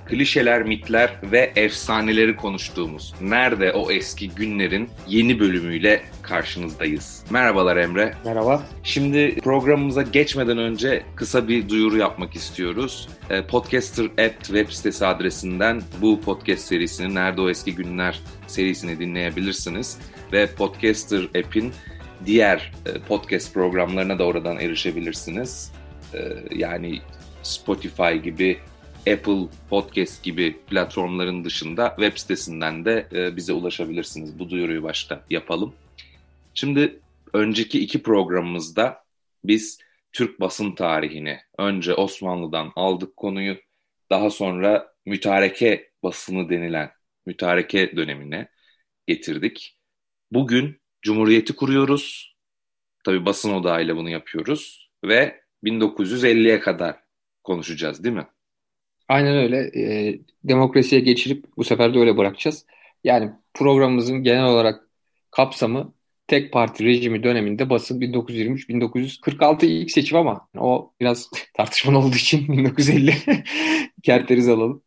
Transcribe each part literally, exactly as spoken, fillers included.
klişeler, mitler ve efsaneleri konuştuğumuz Nerede O Eski Günler'in yeni bölümüyle karşınızdayız. Merhabalar Emre. Merhaba. Şimdi programımıza geçmeden önce kısa bir duyuru yapmak istiyoruz. Podcaster App web sitesi adresinden bu podcast serisini, Nerede O Eski Günler serisini dinleyebilirsiniz. Ve Podcaster App'in diğer podcast programlarına da oradan erişebilirsiniz. Yani Spotify gibi, Apple Podcast gibi platformların dışında web sitesinden de bize ulaşabilirsiniz. Bu duyuruyu başta yapalım. Şimdi önceki iki programımızda biz Türk basın tarihini, önce Osmanlı'dan aldık konuyu, daha sonra mütareke basını denilen mütareke dönemine getirdik. Bugün Cumhuriyeti kuruyoruz. Tabii basın odağıyla bunu yapıyoruz ve bin dokuz yüz elliye kadar konuşacağız, değil mi? Aynen öyle. E, demokrasiye geçirip bu sefer de öyle bırakacağız. Yani programımızın genel olarak kapsamı tek parti rejimi döneminde basın bin dokuz yüz yirmi üç bin dokuz yüz kırk altı ilk seçim ama o biraz tartışmalı olduğu için bin dokuz yüz elli kerteriz alalım.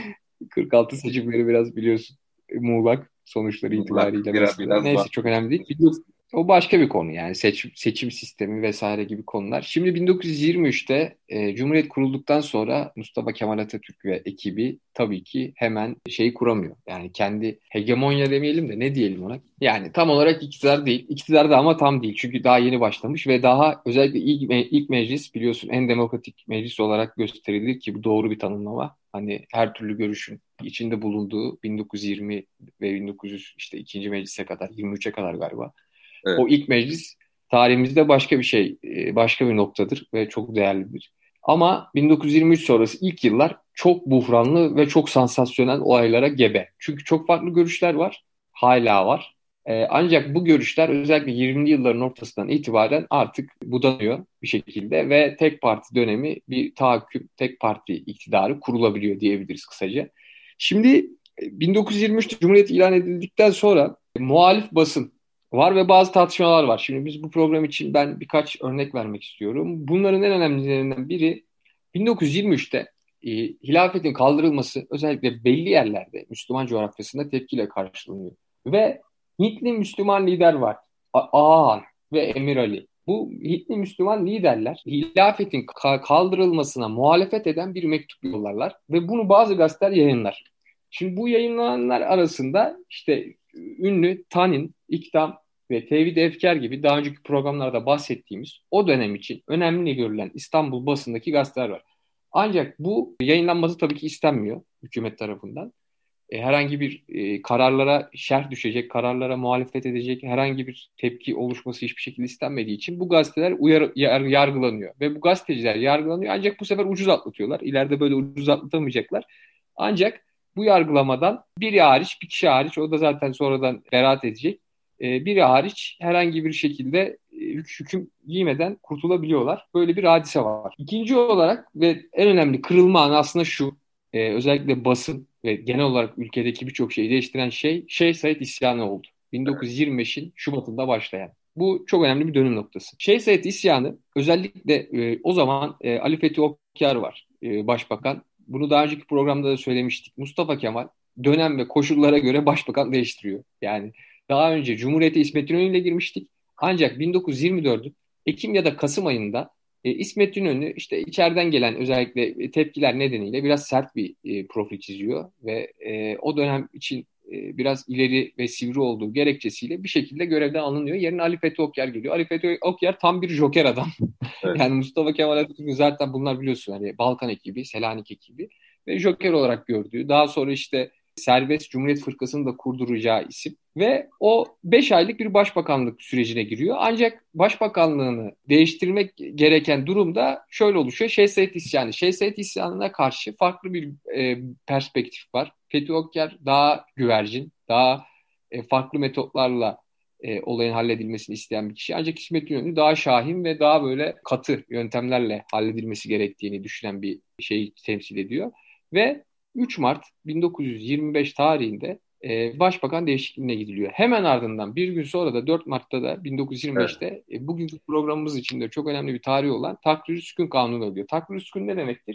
kırk altı seçimleri biraz biliyorsun muğlak sonuçları itibariyle Biraz, mesela. biraz Neyse var. çok önemli değil. Biliyorsun, o başka bir konu yani seçim, seçim sistemi vesaire gibi konular. Şimdi bin dokuz yüz yirmi üçte e, Cumhuriyet kurulduktan sonra Mustafa Kemal Atatürk ve ekibi tabii ki hemen şeyi kuramıyor. Yani kendi hegemonya demeyelim de ne diyelim ona? Yani tam olarak iktidar değil. İktidar da ama tam değil. Çünkü daha yeni başlamış ve daha özellikle ilk, ilk meclis biliyorsun en demokratik meclis olarak gösterilir ki bu doğru bir tanımlama. Hani her türlü görüşün içinde bulunduğu bin dokuz yüz yirmi ve bin dokuz yüz işte ikinci meclise kadar yirmi üçe kadar galiba. Evet. O ilk meclis tarihimizde başka bir şey, başka bir noktadır ve çok değerlidir. Ama bin dokuz yüz yirmi üç sonrası ilk yıllar çok buhranlı ve çok sansasyonel olaylara gebe. Çünkü çok farklı görüşler var, hala var. Ee, ancak bu görüşler özellikle yirmili yılların ortasından itibaren artık budanıyor bir şekilde ve tek parti dönemi bir tahakküm, tek parti iktidarı kurulabiliyor diyebiliriz kısaca. Şimdi bin dokuz yüz yirmi üçte Cumhuriyet ilan edildikten sonra muhalif basın var ve bazı tartışmalar var. Şimdi biz bu program için ben birkaç örnek vermek istiyorum. Bunların en önemlilerinden biri bin dokuz yüz yirmi üçte e, hilafetin kaldırılması özellikle belli yerlerde Müslüman coğrafyasında tepkiyle karşılanıyor. Ve Hintli Müslüman lider var. A- Ağahan ve Emir Ali. Bu Hintli Müslüman liderler hilafetin ka- kaldırılmasına muhalefet eden bir mektup yollarlar ve bunu bazı gazeteler yayınlar. Şimdi bu yayınlananlar arasında işte ünlü Tanin, İktam ve Tevhid Efkar gibi daha önceki programlarda bahsettiğimiz o dönem için önemli görülen İstanbul basındaki gazeteler var. Ancak bu yayınlanması tabii ki istenmiyor hükümet tarafından. E, herhangi bir e, kararlara şerh düşecek, kararlara muhalefet edecek herhangi bir tepki oluşması hiçbir şekilde istenmediği için bu gazeteler uyar, yar, yargılanıyor. Ve bu gazeteciler yargılanıyor ancak bu sefer ucuz atlatıyorlar. İleride böyle ucuz atlatamayacaklar. Ancak bu yargılamadan biri hariç, bir kişi hariç, o da zaten sonradan beraat edecek. E, biri hariç herhangi bir şekilde e, hüküm giymeden kurtulabiliyorlar. Böyle bir hadise var. İkinci olarak ve en önemli kırılma anı aslında şu. E, özellikle basın ve genel olarak ülkedeki birçok şeyi değiştiren şey Şeyh Said isyanı oldu. bin dokuz yüz yirmi beşin Şubat'ında başlayan. Bu çok önemli bir dönüm noktası. Şeyh Said isyanı özellikle e, o zaman e, Ali Fethi Okyar var e, başbakan. Bunu daha önceki programda da söylemiştik. Mustafa Kemal dönem ve koşullara göre başbakan değiştiriyor. Yani daha önce Cumhuriyet'e İsmet İnönü ile girmiştik. Ancak bin dokuz yüz yirmi dördün Ekim ya da Kasım ayında e, İsmet İnönü işte içeriden gelen özellikle tepkiler nedeniyle biraz sert bir e, profil çiziyor ve e, o dönem için e, biraz ileri ve sivri olduğu gerekçesiyle bir şekilde görevden alınıyor. Yerine Ali Fethi Okyar geliyor. Ali Fethi Okyar tam bir joker adam. Evet. Yani Mustafa Kemal Atatürk'ün zaten bunlar biliyorsun hani Balkan ekibi, Selanik ekibi ve joker olarak gördüğü. Daha sonra işte Serbest Cumhuriyet Fırkası'nı da kurduracağı isim. Ve o beş aylık bir başbakanlık sürecine giriyor. Ancak başbakanlığını değiştirmek gereken durumda şöyle oluşuyor. Şeyh Said isyanı. Şeyh Said isyanına karşı farklı bir e, perspektif var. Fethi Okyar daha güvercin, daha e, farklı metotlarla e, olayın halledilmesini isteyen bir kişi. Ancak İsmet İnönü daha şahin ve daha böyle katı yöntemlerle halledilmesi gerektiğini düşünen bir şeyi temsil ediyor. Ve üç Mart bin dokuz yüz yirmi beş tarihinde e, başbakan değişikliğine gidiliyor. Hemen ardından bir gün sonra da dört Mart'ta da bin dokuz yüz yirmi beşte Evet. e, bugünkü programımız için de çok önemli bir tarih olan Takrir-i Sükun Kanunu oluyor. Takrir-i Sükun ne demektir?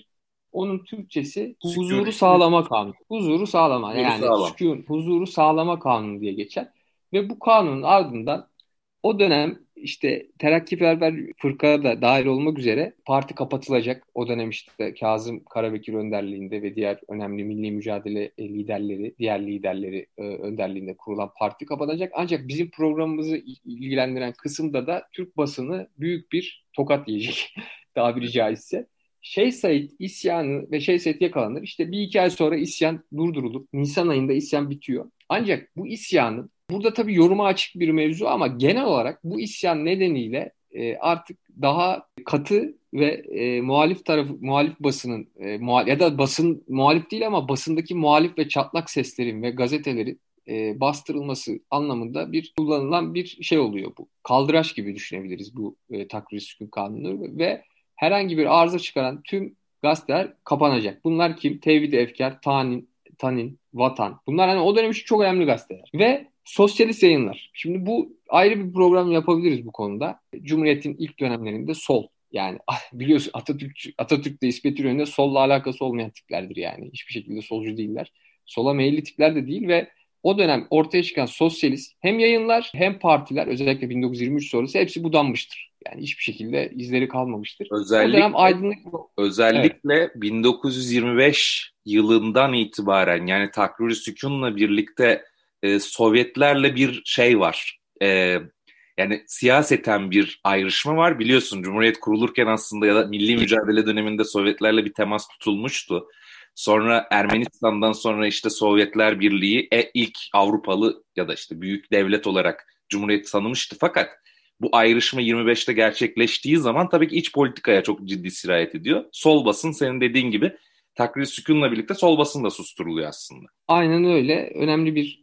Onun Türkçesi huzuru Sükuneti, sağlama kanunu. Huzuru sağlama huzuru yani sağlam. sükun, huzuru sağlama kanunu diye geçer. Ve bu kanunun ardından o dönem işte terakkiperver fırka da dahil olmak üzere parti kapatılacak. O dönem işte Kazım Karabekir önderliğinde ve diğer önemli milli mücadele liderleri, diğer liderleri e, önderliğinde kurulan parti kapatacak. Ancak bizim programımızı ilgilendiren kısımda da Türk basını büyük bir tokat yiyecek tabiri caizse. Şeyh Said isyanı ve Şeyh Said yakalanır. İşte bir iki ay sonra isyan durdurulur. Nisan ayında isyan bitiyor. Ancak bu isyanın burada tabii yoruma açık bir mevzu ama genel olarak bu isyan nedeniyle e, artık daha katı ve e, muhalif tarafı muhalif basının e, muhal ya da basın muhalif değil ama basındaki muhalif ve çatlak seslerin ve gazetelerin e, bastırılması anlamında bir kullanılan bir şey oluyor bu. Kaldıraç gibi düşünebiliriz bu e, takrir sükun kanunu ve herhangi bir arıza çıkaran tüm gazeteler kapanacak. Bunlar kim? Tevhid-i Efkar, Tanin, Tanin, Vatan. Bunlar hani o dönem için çok önemli gazeteler. Ve sosyalist yayınlar. Şimdi bu ayrı bir program yapabiliriz bu konuda. Cumhuriyet'in ilk dönemlerinde sol. Yani biliyorsun Atatürk Atatürk de İsmet İnönü de solla alakası olmayan tiplerdir yani. Hiçbir şekilde solcu değiller. Sola meyilli tipler de değil ve o dönem ortaya çıkan sosyalist hem yayınlar hem partiler özellikle bin dokuz yüz yirmi üç sonrası hepsi budanmıştır. Yani hiçbir şekilde izleri kalmamıştır. O dönem Özellikle aydınlık... Evet. özellikle bin dokuz yüz yirmi beş yılından itibaren yani Takrir-i Sükun'la birlikte e, Sovyetlerle bir şey var. E, yani siyaseten bir ayrışma var. Biliyorsun Cumhuriyet kurulurken aslında ya da milli mücadele döneminde Sovyetlerle bir temas tutulmuştu. Sonra Ermenistan'dan sonra işte Sovyetler Birliği e, ilk Avrupalı ya da işte büyük devlet olarak Cumhuriyeti tanımıştı. Fakat bu ayrışma yirmi beşte gerçekleştiği zaman tabii ki iç politikaya çok ciddi sirayet ediyor. Sol basın senin dediğin gibi Takrir-i Sükun'la birlikte sol basın da susturuluyor aslında. Aynen öyle. Önemli bir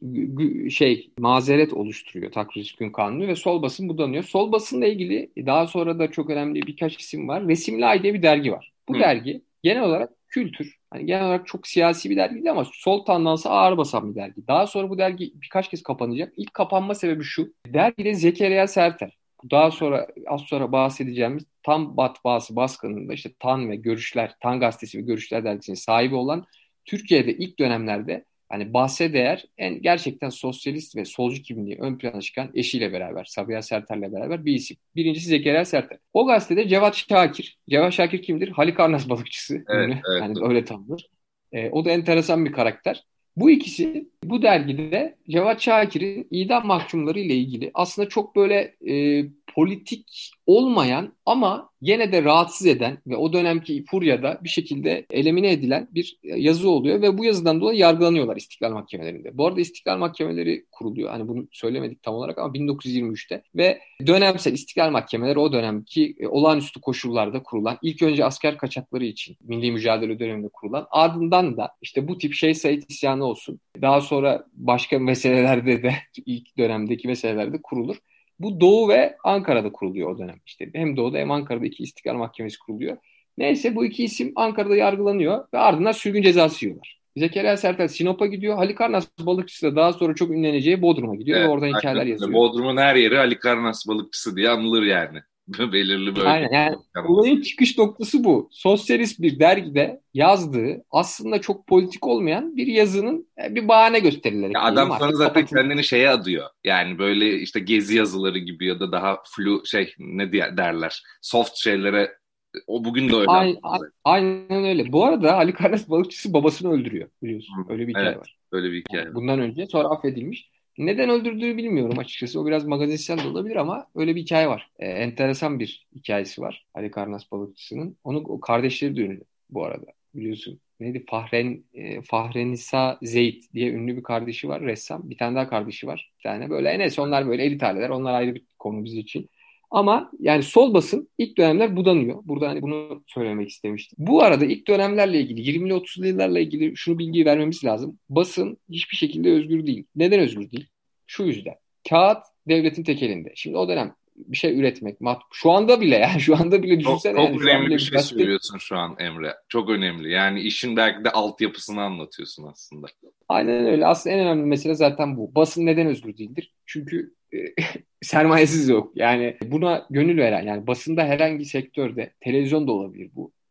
şey mazeret oluşturuyor Takrir Sükun Kanunu ve sol basın budanıyor. Sol basınla ilgili daha sonra da çok önemli birkaç isim var. Resimli Ay diye bir dergi var. Bu Hı. dergi genel olarak kültür, hani genel olarak çok siyasi bir dergi değil ama sol tandansı ağır basan bir dergi. Daha sonra bu dergi birkaç kez kapanacak. İlk kapanma sebebi şu. Dergide Zekeriya Serter, daha sonra az sonra bahsedeceğimiz Tan Matbaası baskınında işte Tan ve Görüşler, Tan Gazetesi ve Görüşler dergisinin sahibi olan Türkiye'de ilk dönemlerde hani bahse değer en gerçekten sosyalist ve solcu kimliği ön plana çıkan eşiyle beraber, Sabiha Serter'le beraber bir isim. Birincisi Zekeriya Serter. O gazetede Cevat Şakir. Cevat Şakir kimdir? Halikarnas balıkçısı Evet, ünlü. evet. Hani öyle tanınır. E, o da enteresan bir karakter. Bu ikisi bu dergide Cevat Şakir'in idam mahkumları ile ilgili aslında çok böyle e, politik olmayan ama yine de rahatsız eden ve o dönemki furyada bir şekilde elemine edilen bir yazı oluyor ve bu yazıdan dolayı yargılanıyorlar İstiklal Mahkemelerinde. Bu arada İstiklal Mahkemeleri kuruluyor. Hani bunu söylemedik tam olarak ama bin dokuz yüz yirmi üçte ve dönemsel İstiklal Mahkemeleri o dönemki e, olağanüstü koşullarda kurulan, ilk önce asker kaçakları için milli mücadele döneminde kurulan, ardından da işte bu tip Şeyh Said isyanı olsun. Daha sonra başka meselelerde de ilk dönemdeki meselelerde kurulur. Bu Doğu ve Ankara'da kuruluyor o dönem. İşte hem Doğu'da hem Ankara'da iki İstiklal Mahkemesi kuruluyor. Neyse bu iki isim Ankara'da yargılanıyor ve ardından sürgün cezası yiyorlar. Zekeriya Sertel Sinop'a gidiyor. Halikarnas balıkçısı da daha sonra çok ünleneceği Bodrum'a gidiyor ve Evet, oradan aynen hikayeler öyle. yazıyor. Bodrum'un her yeri Halikarnas balıkçısı diye anılır yani. Belirli bölge. Aynen yani olayın çıkış noktası bu. Sosyalist bir dergide yazdığı aslında çok politik olmayan bir yazının e, bir bahane Ya gösterilerek adam diyelim sonra artık zaten kapatıldı. kendini şeye adıyor. Yani böyle işte gezi yazıları gibi ya da daha flu şey ne diye derler. Soft şeylere o bugün de öyle Aynen, aslında. aynen öyle. Bu arada Halikarnas balıkçısı babasını öldürüyor biliyorsun. Hı. Öyle bir hikaye Evet, var. öyle bir Yani hikaye var. bundan önce sonra affedilmiş. Neden öldürdüğü bilmiyorum açıkçası. O biraz magazinsel de olabilir ama öyle bir hikaye var. Ee, enteresan bir hikayesi var Halikarnas balıkçısının. Onu o kardeşleri de ünlü bu arada biliyorsun. Neydi? Fahren, e, Fahrenisa Zeyd diye ünlü bir kardeşi var ressam. Bir tane daha kardeşi var. Bir tane böyle. Neyse onlar böyle elit aileler. Onlar ayrı bir konu bizim için. Ama yani sol basın ilk dönemler budanıyor. Burada hani bunu söylemek istemiştim. Bu arada ilk dönemlerle ilgili yirmili otuzlu yıllarla ilgili şunu bilgiyi vermemiz lazım. Basın hiçbir şekilde özgür değil. Neden özgür değil? Şu yüzden. Kağıt devletin tek elinde. Şimdi o dönem bir şey üretmek, mat şu anda bile yani şu anda bile Çok, düşünsene yani çok şu an önemli bir bile bir şey gazete. söylüyorsun şu an Emre. Çok önemli. Yani işin belki de altyapısını anlatıyorsun aslında. Aynen öyle. Aslında en önemli mesele zaten bu. Basın neden özgür değildir? Çünkü e, sermayesiz yok. Yani buna gönül veren yani basında herhangi sektörde televizyon da olabilir bu.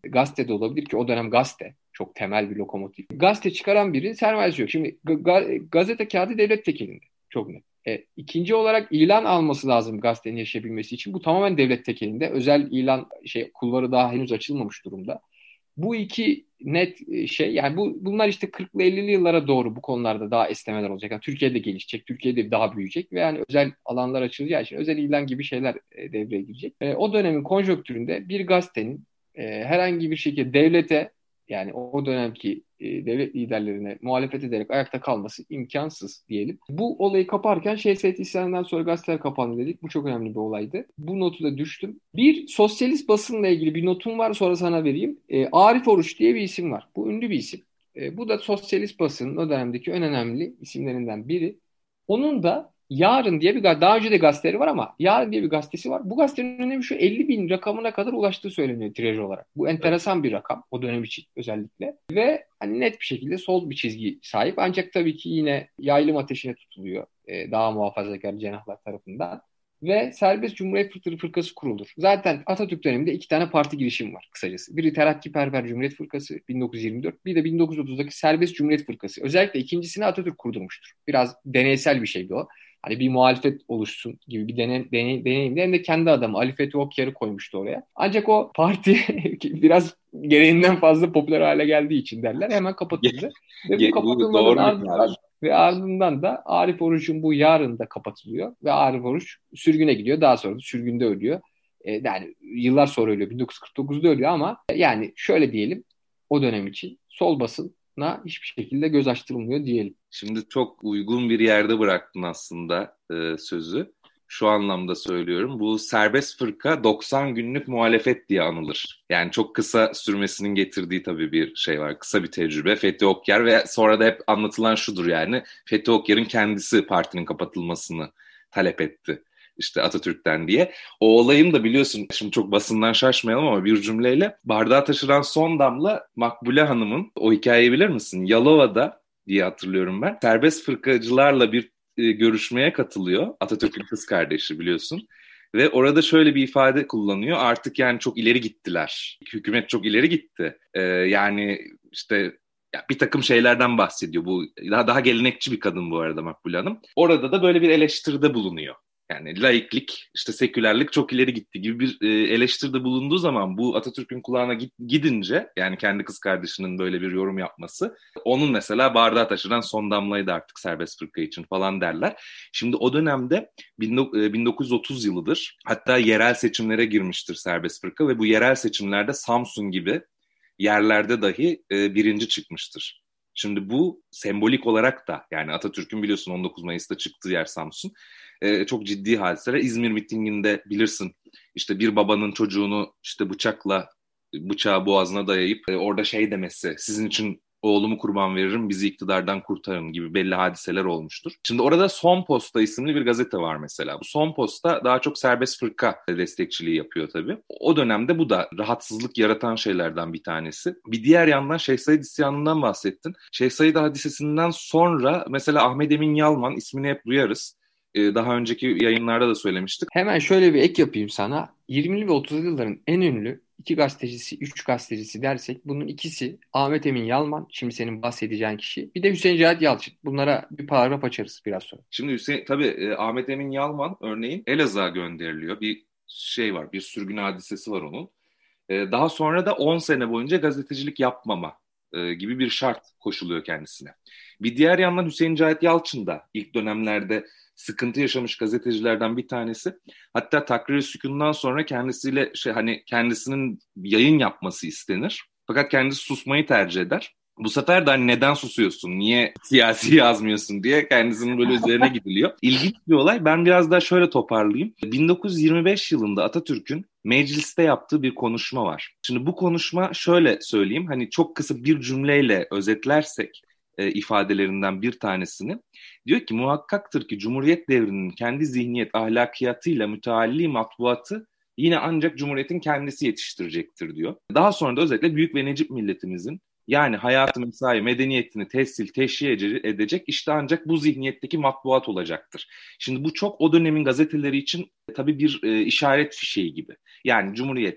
Gazete de olabilir ki o dönem gazete çok temel bir lokomotif. Gazete çıkaran biri sermayesi yok. Şimdi ga- gazete kağıdı devlet tekelinde. Çok net. E, ikinci olarak ilan alması lazım gazetenin yaşayabilmesi için. Bu tamamen devlet tekelinde. Özel ilan şey kulvarı daha henüz açılmamış durumda. Bu iki net e, şey yani bu bunlar işte kırklı ellili yıllara doğru bu konularda daha esnemeler olacak. Yani Türkiye'de gelişecek, Türkiye'de daha büyüyecek ve yani özel alanlar açılacağı için özel ilan gibi şeyler e, devreye girecek. E, o dönemin konjonktüründe bir gazetenin e, herhangi bir şekilde devlete yani o dönemki e, devlet liderlerine muhalefet ederek ayakta kalması imkansız diyelim. Bu olayı kaparken Şeyh Said isyanından sonra gazeteler kapandı dedik. Bu çok önemli bir olaydı. Bu notu da düştüm. Bir sosyalist basınla ilgili bir notum var sonra sana vereyim. E, Arif Oruç diye bir isim var. Bu ünlü bir isim. E, bu da sosyalist basının o dönemdeki en önemli isimlerinden biri. Onun da Yarın diye bir gazete, daha önce de gazeteleri var ama Yarın diye bir gazetesi var. Bu gazetenin önemi şu elli bin rakamına kadar ulaştığı söyleniyor tiraj olarak. Bu Evet. enteresan bir rakam o dönem için özellikle. Ve hani net bir şekilde sol bir çizgi sahip. Ancak tabii ki yine yaylım ateşine tutuluyor. E, daha muhafazakar cenahlar tarafından. Ve Serbest Cumhuriyet Fırtı- Fırkası kurulur. Zaten Atatürk döneminde iki tane parti girişimi var kısacası. Biri Terakkiperver Cumhuriyet Fırkası bin dokuz yüz yirmi dört, bir de bin dokuz yüz otuzdaki Serbest Cumhuriyet Fırkası. Özellikle ikincisini Atatürk kurdurmuştur. Biraz deneysel bir şeydi o. Hani bir muhalefet oluşsun gibi bir deney, deney, deneyimde hem de kendi adamı Ali Fethi Okyar'ı koymuştu oraya. Ancak o parti biraz gereğinden fazla popüler hale geldiği için derler hemen kapatıldı. Ve bu Bu kapatılmanın doğru bir tabir. ardından ve ardından da Arif Oruç'un bu Yarın da kapatılıyor ve Arif Oruç sürgüne gidiyor. Daha sonra da sürgünde ölüyor. E, yani yıllar sonra ölüyor. bin dokuz yüz kırk dokuzda ölüyor ama yani şöyle diyelim o dönem için sol basına hiçbir şekilde göz açtırılmıyor diyelim. Şimdi çok uygun bir yerde bıraktın aslında e, sözü. Şu anlamda söylüyorum. Bu serbest fırka doksan günlük muhalefet diye anılır. Yani çok kısa sürmesinin getirdiği tabii bir şey var. Kısa bir tecrübe. Fethi Okyar ve sonra da hep anlatılan şudur yani. Fethi Okyar'ın kendisi partinin kapatılmasını talep etti. İşte Atatürk'ten diye. O olayım da biliyorsun şimdi çok basından şaşmayalım ama bir cümleyle bardağı taşıran son damla Makbule Hanım'ın o hikayeyi bilir misin? Yalova'da diye hatırlıyorum ben. Serbest fırkacılarla bir e, görüşmeye katılıyor. Atatürk'ün kız kardeşi biliyorsun. Ve orada şöyle bir ifade kullanıyor. Artık yani çok ileri gittiler. Hükümet çok ileri gitti. E, yani işte ya bir takım şeylerden bahsediyor. Bu daha daha gelenekçi bir kadın bu arada Makbule Hanım. Orada da böyle bir eleştiride bulunuyor. Yani laiklik, işte sekülerlik çok ileri gitti gibi bir e, eleştiride bulunduğu zaman bu Atatürk'ün kulağına git, gidince yani kendi kız kardeşinin böyle bir yorum yapması onun mesela bardağı taşıran son damlaydı artık serbest fırka için falan derler. Şimdi o dönemde bin dokuz yüz otuz yılıdır hatta yerel seçimlere girmiştir serbest fırka ve bu yerel seçimlerde Samsun gibi yerlerde dahi e, birinci çıkmıştır. Şimdi bu sembolik olarak da yani Atatürk'ün biliyorsun on dokuz Mayıs'ta çıktığı yer Samsun. Ee, çok ciddi hadiseler. İzmir mitinginde bilirsin işte bir babanın çocuğunu işte bıçakla bıçağı boğazına dayayıp e, orada şey demesi sizin için oğlumu kurban veririm bizi iktidardan kurtarın gibi belli hadiseler olmuştur. Şimdi orada Son Posta isimli bir gazete var mesela. Bu Son Posta daha çok serbest fırka destekçiliği yapıyor tabii. O dönemde bu da rahatsızlık yaratan şeylerden bir tanesi. Bir diğer yandan Şeyh Said isyanından bahsettin. Şeyh Said hadisesinden sonra mesela Ahmet Emin Yalman ismini hep duyarız. Daha önceki yayınlarda da söylemiştik. Hemen şöyle bir ek yapayım sana. yirmili ve otuzlu yılların en ünlü iki gazetecisi, üç gazetecisi dersek bunun ikisi Ahmet Emin Yalman, şimdi senin bahsedeceğin kişi. Bir de Hüseyin Cahit Yalçın. Bunlara bir paragraf açarız biraz sonra. Şimdi Hüseyin, tabii e, Ahmet Emin Yalman örneğin Elazığ'a gönderiliyor. Bir şey var, bir sürgün hadisesi var onun. E, daha sonra da on sene boyunca gazetecilik yapmama e, gibi bir şart koşuluyor kendisine. Bir diğer yandan Hüseyin Cahit Yalçın da ilk dönemlerde sıkıntı yaşamış gazetecilerden bir tanesi. Hatta Takrir-i Sükun'dan sonra kendisiyle şey hani kendisinin yayın yapması istenir. Fakat kendisi susmayı tercih eder. Bu sefer de hani neden susuyorsun, niye siyasi yazmıyorsun diye kendisinin böyle üzerine gidiliyor. İlginç bir olay. Ben biraz daha şöyle toparlayayım. bin dokuz yüz yirmi beş yılında Atatürk'ün mecliste yaptığı bir konuşma var. Şimdi bu konuşma şöyle söyleyeyim. Hani çok kısa bir cümleyle özetlersek e, ifadelerinden bir tanesini. Diyor ki muhakkaktır ki Cumhuriyet devrinin kendi zihniyet ahlakiyatıyla mütealli matbuatı yine ancak Cumhuriyet'in kendisi yetiştirecektir diyor. Daha sonra da özellikle Büyük ve Necip milletimizin yani hayatı mesai medeniyetini tessil, teşhir edecek işte ancak bu zihniyetteki matbuat olacaktır. Şimdi bu çok o dönemin gazeteleri için tabii bir e, işaret fişeği gibi. Yani Cumhuriyet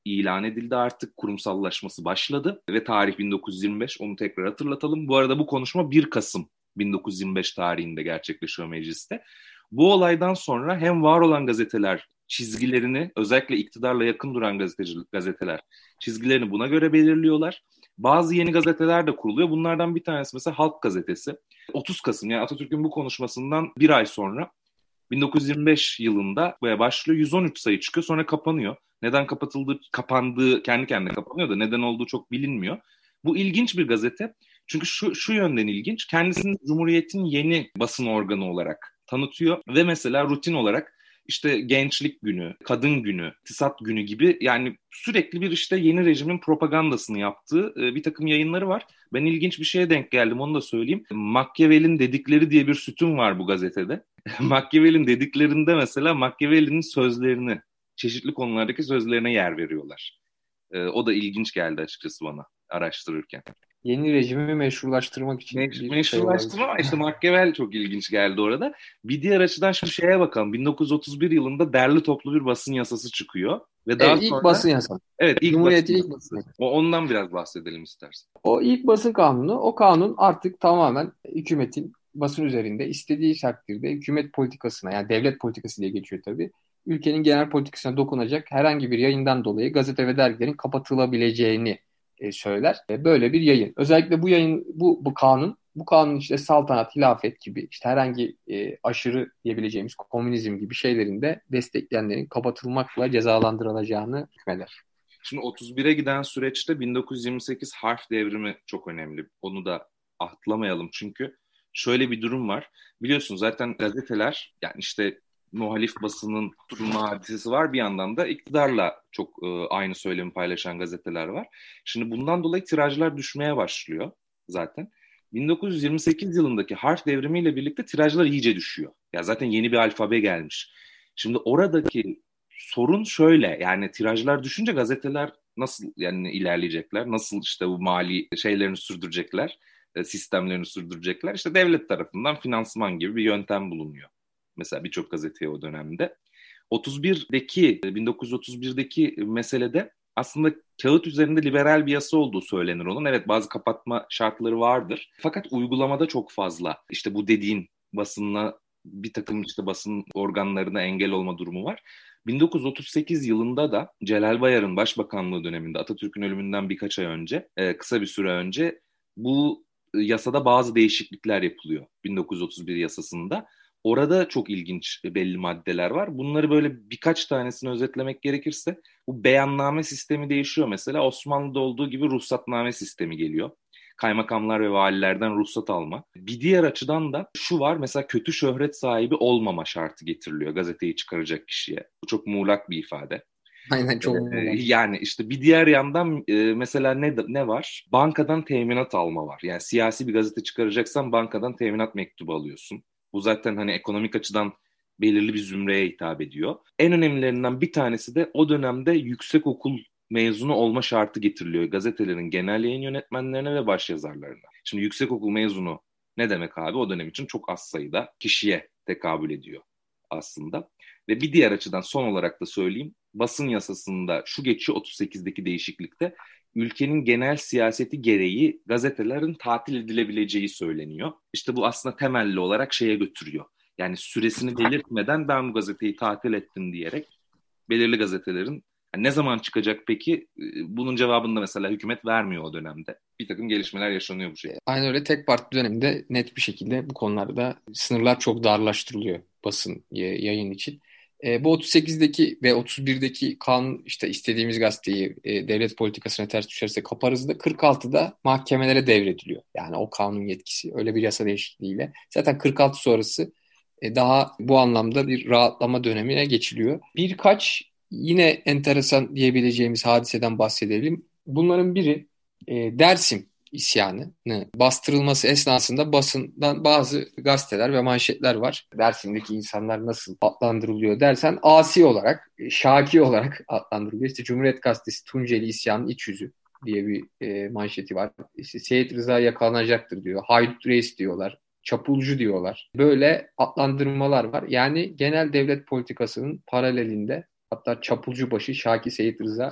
ilan edildi artık. Kurumsallaşması başladı ve tarih bin dokuz yüz yirmi beş, onu tekrar hatırlatalım. Bu arada bu konuşma bir Kasım bin dokuz yüz yirmi beş tarihinde gerçekleşiyor mecliste. Bu olaydan sonra hem var olan gazeteler çizgilerini, özellikle iktidarla yakın duran gazeteci, gazeteler çizgilerini buna göre belirliyorlar. Bazı yeni gazeteler de kuruluyor. Bunlardan bir tanesi mesela Halk Gazetesi. otuz Kasım, yani Atatürk'ün bu konuşmasından bir ay sonra bin dokuz yüz yirmi beş yılında buraya başlıyor. yüz on üç sayı çıkıyor, sonra kapanıyor. Neden kapatıldığı, kapandığı kendi kendine kapanıyor da neden olduğu çok bilinmiyor. Bu ilginç bir gazete. Çünkü şu, şu yönden ilginç. Kendisini Cumhuriyet'in yeni basın organı olarak tanıtıyor ve mesela rutin olarak işte Gençlik Günü, Kadın Günü, İktisat Günü gibi, yani sürekli bir işte yeni rejimin propagandasını yaptığı e, bir takım yayınları var. Ben ilginç bir şeye denk geldim, onu da söyleyeyim. Machiavelli'nin dedikleri diye bir sütun var bu gazetede. Machiavelli'nin dediklerinde mesela Machiavelli'nin sözlerini, çeşitli konulardaki sözlerine yer veriyorlar. E, o da ilginç geldi açıkçası bana araştırırken. Yeni rejimi meşrulaştırmak için Meş, bir şey meşrulaştırma olabilir. ama işte Machiavelli çok ilginç geldi orada. Bir diğer açıdan şu şeye bakalım. bin dokuz yüz otuz bir yılında derli toplu bir basın yasası çıkıyor. Ve daha Evet, ilk sonra basın yasası. evet ilk Cumhuriyet'in basın ilk yasası. basın yasası. O, ondan biraz bahsedelim istersen. O ilk basın kanunu, o kanun artık tamamen hükümetin basın üzerinde istediği takdirde hükümet politikasına, yani devlet politikası diye geçiyor tabii, ülkenin genel politikasına dokunacak herhangi bir yayından dolayı gazete ve dergilerin kapatılabileceğini e, söyler. E, böyle bir yayın. Özellikle bu yayın, bu, bu kanun, bu kanun işte saltanat, hilafet gibi işte herhangi e, aşırı diyebileceğimiz komünizm gibi şeylerin de destekleyenlerin kapatılmakla cezalandırılacağını hükmeder. Şimdi otuz bire giden süreçte bin dokuz yüz yirmi sekiz harf devrimi çok önemli. Onu da atlamayalım çünkü şöyle bir durum var. Biliyorsun zaten gazeteler, yani işte muhalif basının tutulma hadisesi var. Bir yandan da iktidarla çok e, aynı söylemi paylaşan gazeteler var. Şimdi bundan dolayı tirajlar düşmeye başlıyor zaten. bin dokuz yüz yirmi sekiz yılındaki harf devrimiyle birlikte tirajlar iyice düşüyor. Ya zaten yeni bir alfabe gelmiş. Şimdi oradaki sorun şöyle, yani tirajlar düşünce gazeteler nasıl yani ilerleyecekler? Nasıl işte bu mali şeylerini sürdürecekler? e, Sistemlerini sürdürecekler? İşte devlet tarafından finansman gibi bir yöntem bulunuyor. Mesela birçok gazeteye o dönemde. otuz birdeki bin dokuz yüz otuz birdeki meselede aslında kağıt üzerinde liberal bir yasa olduğu söylenir onun. Evet, bazı kapatma şartları vardır. Fakat uygulamada çok fazla işte bu dediğin basınla bir takım işte basın organlarına engel olma durumu var. bin dokuz yüz otuz sekiz yılında da Celal Bayar'ın başbakanlığı döneminde, Atatürk'ün ölümünden birkaç ay önce, e, kısa bir süre önce bu yasada bazı değişiklikler yapılıyor bin dokuz yüz otuz bir yasasında. Orada çok ilginç belli maddeler var. Bunları böyle birkaç tanesini özetlemek gerekirse bu beyanname sistemi değişiyor mesela. Osmanlı'da olduğu gibi ruhsatname sistemi geliyor. Kaymakamlar ve valilerden ruhsat alma. Bir diğer açıdan da şu var, mesela kötü şöhret sahibi olmama şartı getiriliyor gazeteyi çıkaracak kişiye. Bu çok muğlak bir ifade. Aynen, çok Ee, muğlak. yani işte bir diğer yandan e, mesela ne ne var? Bankadan teminat alma var. Yani siyasi bir gazete çıkaracaksan bankadan teminat mektubu alıyorsun. Bu zaten hani ekonomik açıdan belirli bir zümreye hitap ediyor. En önemlilerinden bir tanesi de o dönemde yüksekokul mezunu olma şartı getiriliyor gazetelerin genel yayın yönetmenlerine ve başyazarlarına. Şimdi yüksekokul mezunu ne demek abi? O dönem için çok az sayıda kişiye tekabül ediyor aslında. Ve bir diğer açıdan son olarak da söyleyeyim. Basın yasasında şu geçiyor otuz sekizdeki değişiklikte. Ülkenin genel siyaseti gereği gazetelerin tatil edilebileceği söyleniyor. İşte bu aslında temelli olarak şeye götürüyor. Yani süresini belirtmeden ben bu gazeteyi tatil ettim diyerek belirli gazetelerin yani ne zaman çıkacak peki? Bunun cevabını da mesela hükümet vermiyor o dönemde. Bir takım gelişmeler yaşanıyor bu şekilde. Aynen öyle. Tek parti döneminde net bir şekilde bu konularda sınırlar çok darlaştırılıyor basın yayın için. E, bu otuz sekizdeki ve otuz birdeki kanun işte istediğimiz gazeteyi e, devlet politikasına ters düşerse kaparız da kırk altıda mahkemelere devrediliyor. Yani o kanun yetkisi öyle bir yasa değişikliğiyle. Zaten kırk altı sonrası e, daha bu anlamda bir rahatlama dönemine geçiliyor. Birkaç yine enteresan diyebileceğimiz hadiseden bahsedelim. Bunların biri e, Dersim isyanı bastırılması esnasında basından bazı gazeteler ve manşetler var. Dersim'deki insanlar nasıl adlandırılıyor dersen asi olarak, şaki olarak adlandırılıyor. İşte Cumhuriyet Gazetesi Tunceli isyanın iç yüzü diye bir e, manşeti var. İşte Seyit Rıza yakalanacaktır diyor. Haydut Reis diyorlar. Çapulcu diyorlar. Böyle adlandırmalar var. Yani genel devlet politikasının paralelinde hatta çapulcu başı Şaki Seyit Rıza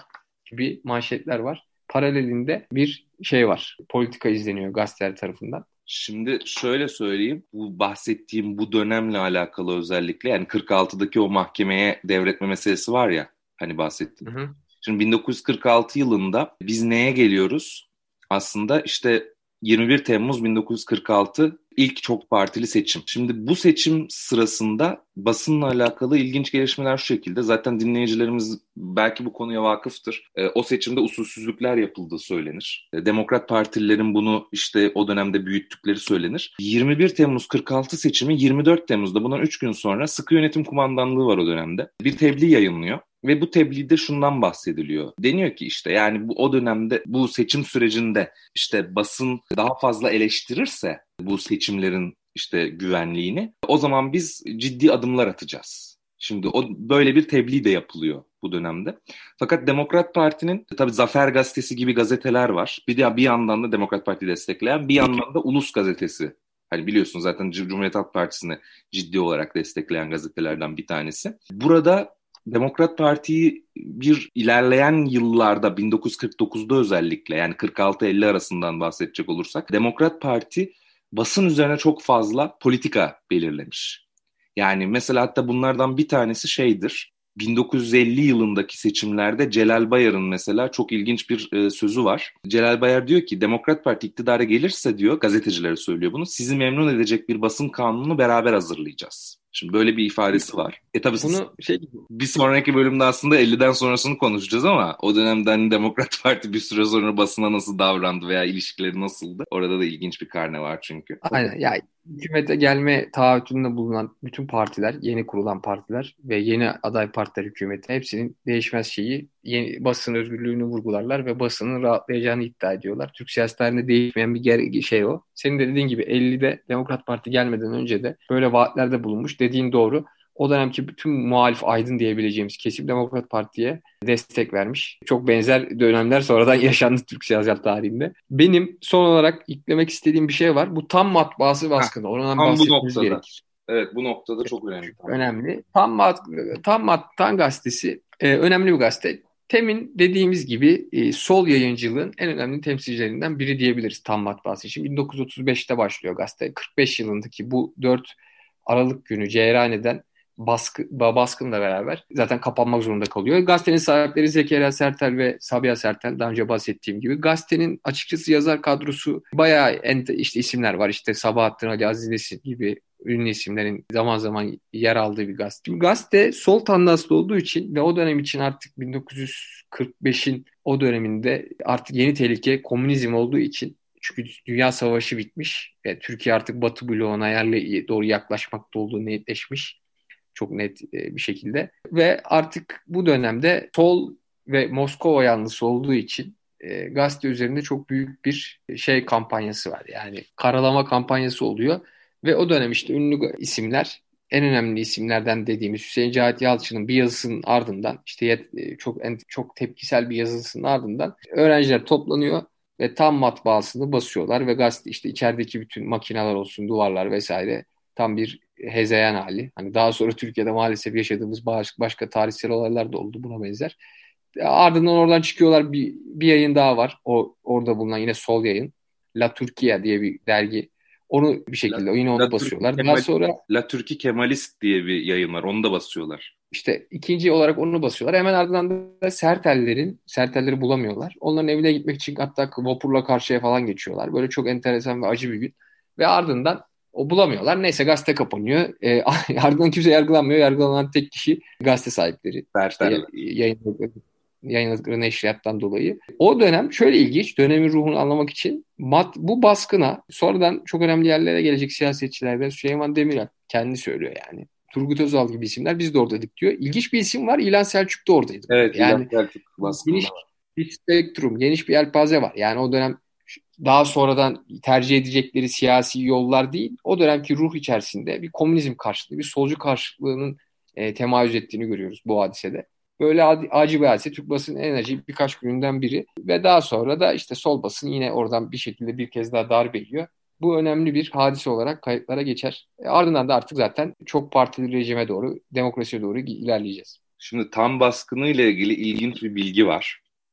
gibi manşetler var. Paralelinde bir şey var. Politika izleniyor gazeteler tarafından. Şimdi şöyle söyleyeyim, bu bahsettiğim bu dönemle alakalı özellikle yani kırk altıdaki o mahkemeye devretme meselesi var ya hani bahsettim. Hı hı. Şimdi bin dokuz yüz kırk altı yılında biz neye geliyoruz? Aslında işte yirmi bir Temmuz bin dokuz yüz kırk altı ilk çok partili seçim. Şimdi bu seçim sırasında basınla alakalı ilginç gelişmeler şu şekilde. Zaten dinleyicilerimiz belki bu konuya vakıftır. E, o seçimde usulsüzlükler yapıldığı söylenir. E, Demokrat Partililerin bunu işte o dönemde büyüttükleri söylenir. yirmi bir Temmuz kırk altı seçimi yirmi dört Temmuz'da bundan üç gün sonra Sıkı Yönetim Kumandanlığı var o dönemde. Bir tebliğ yayınlıyor. Ve bu tebliğde şundan bahsediliyor. Deniyor ki işte yani bu o dönemde bu seçim sürecinde işte basın daha fazla eleştirirse bu seçimlerin işte güvenliğini o zaman biz ciddi adımlar atacağız. Şimdi o böyle bir tebliğ de yapılıyor bu dönemde. Fakat Demokrat Parti'nin tabii Zafer Gazetesi gibi gazeteler var. Bir de bir yandan da Demokrat Parti destekleyen bir yandan da Ulus Gazetesi. Hani biliyorsun zaten Cumhuriyet Halk Partisi'ni ciddi olarak destekleyen gazetelerden bir tanesi. Burada Demokrat Parti'yi bir ilerleyen yıllarda bin dokuz yüz kırk dokuzda özellikle yani kırk altı elli arasından bahsedecek olursak Demokrat Parti basın üzerine çok fazla politika belirlemiş. Yani mesela hatta bunlardan bir tanesi şeydir. bin dokuz yüz elli yılındaki seçimlerde Celal Bayar'ın mesela çok ilginç bir e, sözü var. Celal Bayar diyor ki Demokrat Parti iktidara gelirse diyor gazetecilere söylüyor bunu. Sizi memnun edecek bir basın kanununu beraber hazırlayacağız. Şimdi böyle bir ifadesi var. E tabii Bunu şey bir sonraki bölümde aslında elliden sonrasını konuşacağız ama o dönemde hani Demokrat Parti bir süre sonra basına nasıl davrandı veya ilişkileri nasıldı? Orada da ilginç bir karne var çünkü. aynen ya, hükümete gelme taahhütünde bulunan bütün partiler, yeni kurulan partiler ve yeni aday partiler hükümeti hepsinin değişmez şeyi yeni, basın özgürlüğünü vurgularlar ve basının rahatlayacağını iddia ediyorlar. Türk siyaset tarihinde değişmeyen bir ger- şey o. Senin de dediğin gibi ellide Demokrat Parti gelmeden önce de böyle vaatlerde bulunmuş. Dediğin doğru. O dönemki bütün muhalif aydın diyebileceğimiz kesim Demokrat Parti'ye destek vermiş. Çok benzer dönemler sonradan yaşandı Türk siyaset tarihinde. Benim son olarak eklemek istediğim bir şey var. Bu tam matbaası Heh, baskını. Ondan tam bu bahsetmemiz noktada. gerekir. Evet bu noktada çok önemli. Çok önemli. Tam mat, tam matbaa gazetesi e, önemli bir gazete. Temin dediğimiz gibi e, sol yayıncılığın en önemli temsilcilerinden biri diyebiliriz tam matbaası için. bin dokuz yüz otuz beşte başlıyor gazete. kırk beş yılındaki bu dört Aralık günü cereyan eden baskı, baskınla beraber zaten kapanmak zorunda kalıyor. Gazetenin sahipleri Zekeriya Sertel ve Sabiha Sertel, daha önce bahsettiğim gibi. Gazetenin açıkçası yazar kadrosu bayağı ente, işte isimler var. İşte Sabahattin Ali, Aziz Nesin gibi ünlü isimlerin zaman zaman yer aldığı bir gazete. Gazete sol tandanslı olduğu için ve o dönem için artık bin dokuz yüz kırk beşin o döneminde artık yeni tehlike komünizm olduğu için, çünkü Dünya Savaşı bitmiş ve Türkiye artık Batı bloğuna yerle doğru yaklaşmakta olduğu netleşmiş. Çok net e, bir şekilde. Ve artık bu dönemde sol ve Moskova yanlısı olduğu için e, gazete üzerinde çok büyük bir şey kampanyası var. Yani karalama kampanyası oluyor. Ve o dönem işte ünlü isimler, en önemli isimlerden dediğimiz Hüseyin Cahit Yalçın'ın bir yazısının ardından, işte yet- çok çok tepkisel bir yazısının ardından öğrenciler toplanıyor ve tam matbaasını basıyorlar ve gazete işte içerideki bütün makineler olsun, duvarlar vesaire tam bir hezeyan hali. Hani daha sonra Türkiye'de maalesef yaşadığımız baş- başka tarihsel olaylar da oldu buna benzer. Ardından oradan çıkıyorlar, bir, bir yayın daha var. O orada bulunan yine sol yayın. La Turquía diye bir dergi. Onu bir La, şekilde yine La onu Turki basıyorlar. Daha Kemal, sonra La Turki Kemalist diye bir yayın var. Onu da basıyorlar. işte ikinci olarak onu basıyorlar. Hemen ardından da Sertellerin, Sertelleri bulamıyorlar. Onların evine gitmek için hatta vapurla karşıya falan geçiyorlar. Böyle çok enteresan ve acı bir gün. Ve ardından o bulamıyorlar. Neyse gazete kapanıyor. E, ardından kimse yargılanmıyor. Yargılanan tek kişi gazete sahipleri. İşte Serterler. yayınladıkları, yayınladıkları neşriyattan dolayı. O dönem şöyle ilginç. Dönemin ruhunu anlamak için mat, bu baskına sonradan çok önemli yerlere gelecek siyasetçilerden Süleyman Demirel kendi söylüyor yani. Turgut Özal gibi isimler biz de oradaydık diyor. İlginç bir isim var. İlhan Selçuk da oradaydı. Evet İlhan Yani Selçuk baskında geniş var. bir spektrum, geniş bir yelpaze var. Yani o dönem daha sonradan tercih edecekleri siyasi yollar değil, o dönemki ruh içerisinde bir komünizm karşıtlığı, bir solcu karşıtlığının e, temayüz ettiğini görüyoruz bu hadisede. Böyle adi, acı bir hadise. Türk basının en acı birkaç gününden biri. Ve daha sonra da işte sol basın yine oradan bir şekilde bir kez daha darbe yiyor. Bu önemli bir hadise olarak kayıtlara geçer. E, ardından da artık zaten çok partili rejime doğru, demokrasiye doğru ilerleyeceğiz. Şimdi tam baskını ile ilgili ilginç bir bilgi var.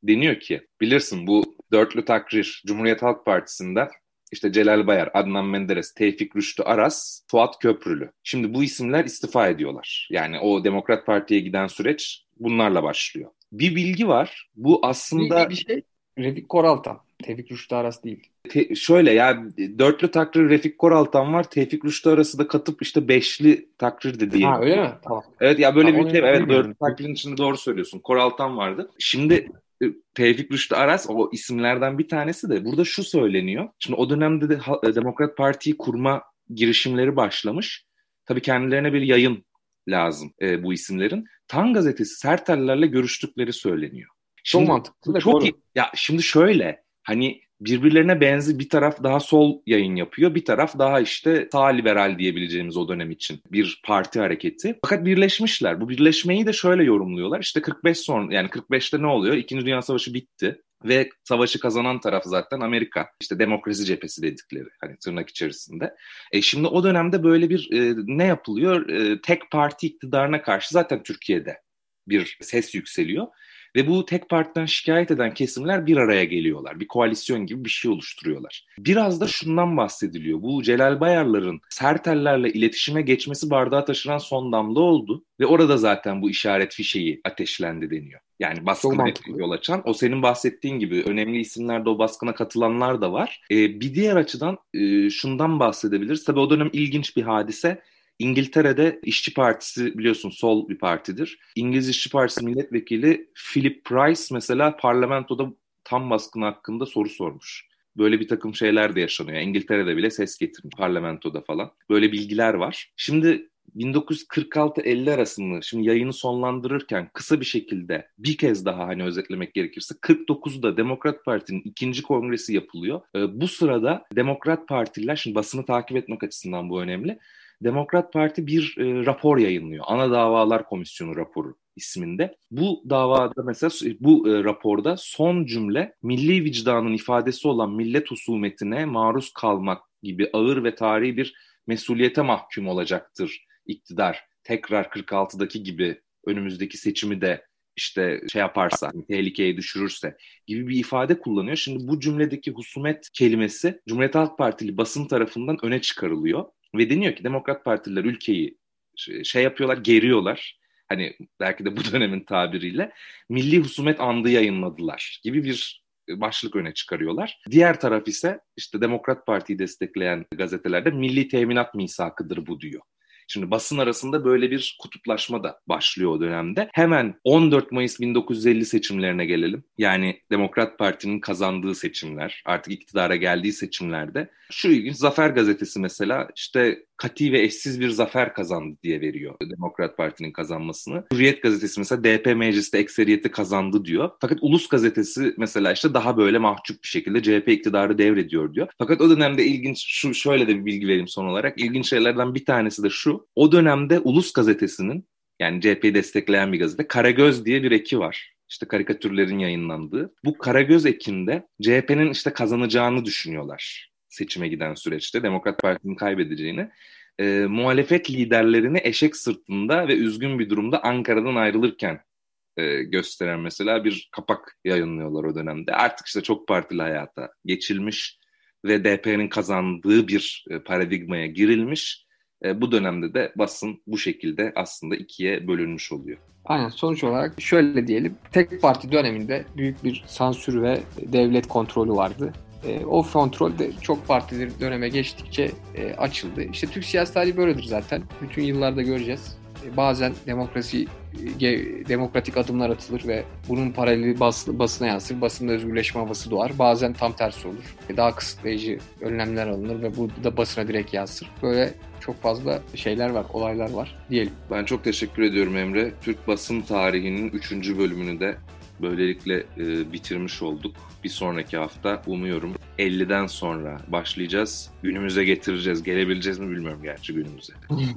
Deniyor ki bilirsin bu dörtlü takrir Cumhuriyet Halk Partisi'nden işte Celal Bayar, Adnan Menderes, Tevfik Rüştü Aras, Fuat Köprülü. Şimdi bu isimler istifa ediyorlar. Yani o Demokrat Parti'ye giden süreç bunlarla başlıyor. Bir bilgi var. Bu Bir, aslında bir, bir şey Refik Koraltan. Tevfik Rüştü Aras değil. te- şöyle ya dörtlü takrir Refik Koraltan var. Tevfik Rüştü Aras'ı da katıp işte beşli takrir de Ha diyelim. öyle mi? Tamam. Evet ya Ha, böyle bir onu şey. Evet dörtlü bilmiyorum. takririn içinde doğru söylüyorsun. Koraltan vardı. Şimdi e, Tevfik Rüştü Aras o isimlerden bir tanesi de burada şu söyleniyor. Şimdi o dönemde de Ha- e, Demokrat Parti'yi kurma girişimleri başlamış. Tabii kendilerine bir yayın lazım e, bu isimlerin. Tan gazetesi Sertellerle görüştükleri söyleniyor. Çok Şimdi mantıklı bu ve çok iyi. doğru. Ya şimdi şöyle hani birbirlerine benzi bir taraf daha sol yayın yapıyor. Bir taraf daha işte sağ liberal diyebileceğimiz o dönem için bir parti hareketi. Fakat birleşmişler. Bu birleşmeyi de şöyle yorumluyorlar. İşte kırk beş sonra yani kırk beşte ne oluyor? İkinci Dünya Savaşı bitti. Ve savaşı kazanan taraf zaten Amerika. İşte demokrasi cephesi dedikleri hani tırnak içerisinde. E şimdi o dönemde böyle bir e, ne yapılıyor? E, tek parti iktidarına karşı zaten Türkiye'de bir ses yükseliyor. Ve bu tek partiden şikayet eden kesimler bir araya geliyorlar. Bir koalisyon gibi bir şey oluşturuyorlar. Biraz da şundan bahsediliyor. Bu Celal Bayarların Sertellerle iletişime geçmesi bardağı taşıran son damla oldu. Ve orada zaten bu işaret fişeği ateşlendi deniyor. Yani Çok baskına mantıklı. yol açan. O senin bahsettiğin gibi önemli isimlerde o baskına katılanlar da var. Ee, bir diğer açıdan e, şundan bahsedebiliriz. Tabii o dönem ilginç bir hadise. İngiltere'de İşçi Partisi biliyorsun sol bir partidir. İngiliz İşçi Partisi milletvekili Philip Price mesela parlamentoda tam baskın hakkında soru sormuş. Böyle bir takım şeyler de yaşanıyor. İngiltere'de bile ses getirmiş parlamentoda falan. Böyle bilgiler var. Şimdi bin dokuz yüz kırk altı elli arasını şimdi yayını sonlandırırken kısa bir şekilde bir kez daha hani özetlemek gerekirse kırk dokuzda Demokrat Parti'nin ikinci kongresi yapılıyor. Ee, bu sırada Demokrat Partililer şimdi basını takip etmek açısından bu önemli. Demokrat Parti bir e, rapor yayınlıyor. Ana Davalar Komisyonu raporu isminde. Bu davada mesela bu e, raporda son cümle milli vicdanın ifadesi olan millet husumetine maruz kalmak gibi ağır ve tarihi bir mesuliyete mahkum olacaktır iktidar. Tekrar kırk altıdaki gibi önümüzdeki seçimi de işte şey yaparsa, tehlikeye düşürürse gibi bir ifade kullanıyor. Şimdi bu cümledeki husumet kelimesi Cumhuriyet Halk Partili basın tarafından öne çıkarılıyor. Ve deniyor ki Demokrat Partililer ülkeyi şey yapıyorlar, geriyorlar. Hani belki de bu dönemin tabiriyle milli husumet andı yayınladılar gibi bir başlık öne çıkarıyorlar. Diğer taraf ise işte Demokrat Parti'yi destekleyen gazetelerde milli teminat misakıdır bu diyor. Şimdi basın arasında böyle bir kutuplaşma da başlıyor o dönemde. Hemen on dört Mayıs bin dokuz yüz elli seçimlerine gelelim. Yani Demokrat Parti'nin kazandığı seçimler, artık iktidara geldiği seçimlerde. Şu ilginç, Zafer Gazetesi mesela işte kati ve eşsiz bir zafer kazandı diye veriyor Demokrat Parti'nin kazanmasını. Hürriyet Gazetesi mesela D P mecliste ekseriyeti kazandı diyor. Fakat Ulus Gazetesi mesela işte daha böyle mahcup bir şekilde C H P iktidarı devrediyor diyor. Fakat o dönemde ilginç şu şöyle de bir bilgi vereyim son olarak. İlginç şeylerden bir tanesi de şu. O dönemde Ulus Gazetesi'nin yani C H P'yi destekleyen bir gazete Karagöz diye bir eki var. İşte karikatürlerin yayınlandığı. Bu Karagöz ekinde C H P'nin işte kazanacağını düşünüyorlar seçime giden süreçte. Demokrat Parti'nin kaybedeceğini. E, muhalefet liderlerini eşek sırtında ve üzgün bir durumda Ankara'dan ayrılırken e, gösteren mesela bir kapak yayınlıyorlar o dönemde. Artık işte çok partili hayata geçilmiş ve D P'nin kazandığı bir e, paradigmaya girilmiş. E, bu dönemde de basın bu şekilde aslında ikiye bölünmüş oluyor. Aynen, sonuç olarak şöyle diyelim. Tek parti döneminde büyük bir sansür ve devlet kontrolü vardı. E, o kontrol de çok partili döneme geçtikçe e, açıldı. İşte Türk siyasi tarihi böyledir zaten. Bütün yıllarda göreceğiz. E, bazen demokrasi e, demokratik adımlar atılır ve bunun paraleli bas, basına yansır. Basında özgürleşme havası doğar. Bazen tam tersi olur. E, daha kısıtlayıcı önlemler alınır ve bu da basına direkt yansır. Böyle çok fazla şeyler var, olaylar var diyelim. Ben çok teşekkür ediyorum Emre. Türk basın tarihinin üçüncü bölümünü de böylelikle e, bitirmiş olduk. Bir sonraki hafta umuyorum elliden sonra başlayacağız. Günümüze getireceğiz. Gelebileceğiz mi bilmiyorum gerçi günümüze.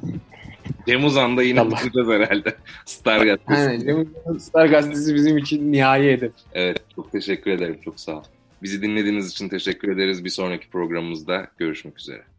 Cem Uzan'da yine bakacağız herhalde. Star Gazetesi. Aynen. Star Gazetesi bizim için nihai hedef. Evet, çok teşekkür ederim. Çok sağ ol. Bizi dinlediğiniz için teşekkür ederiz. Bir sonraki programımızda görüşmek üzere.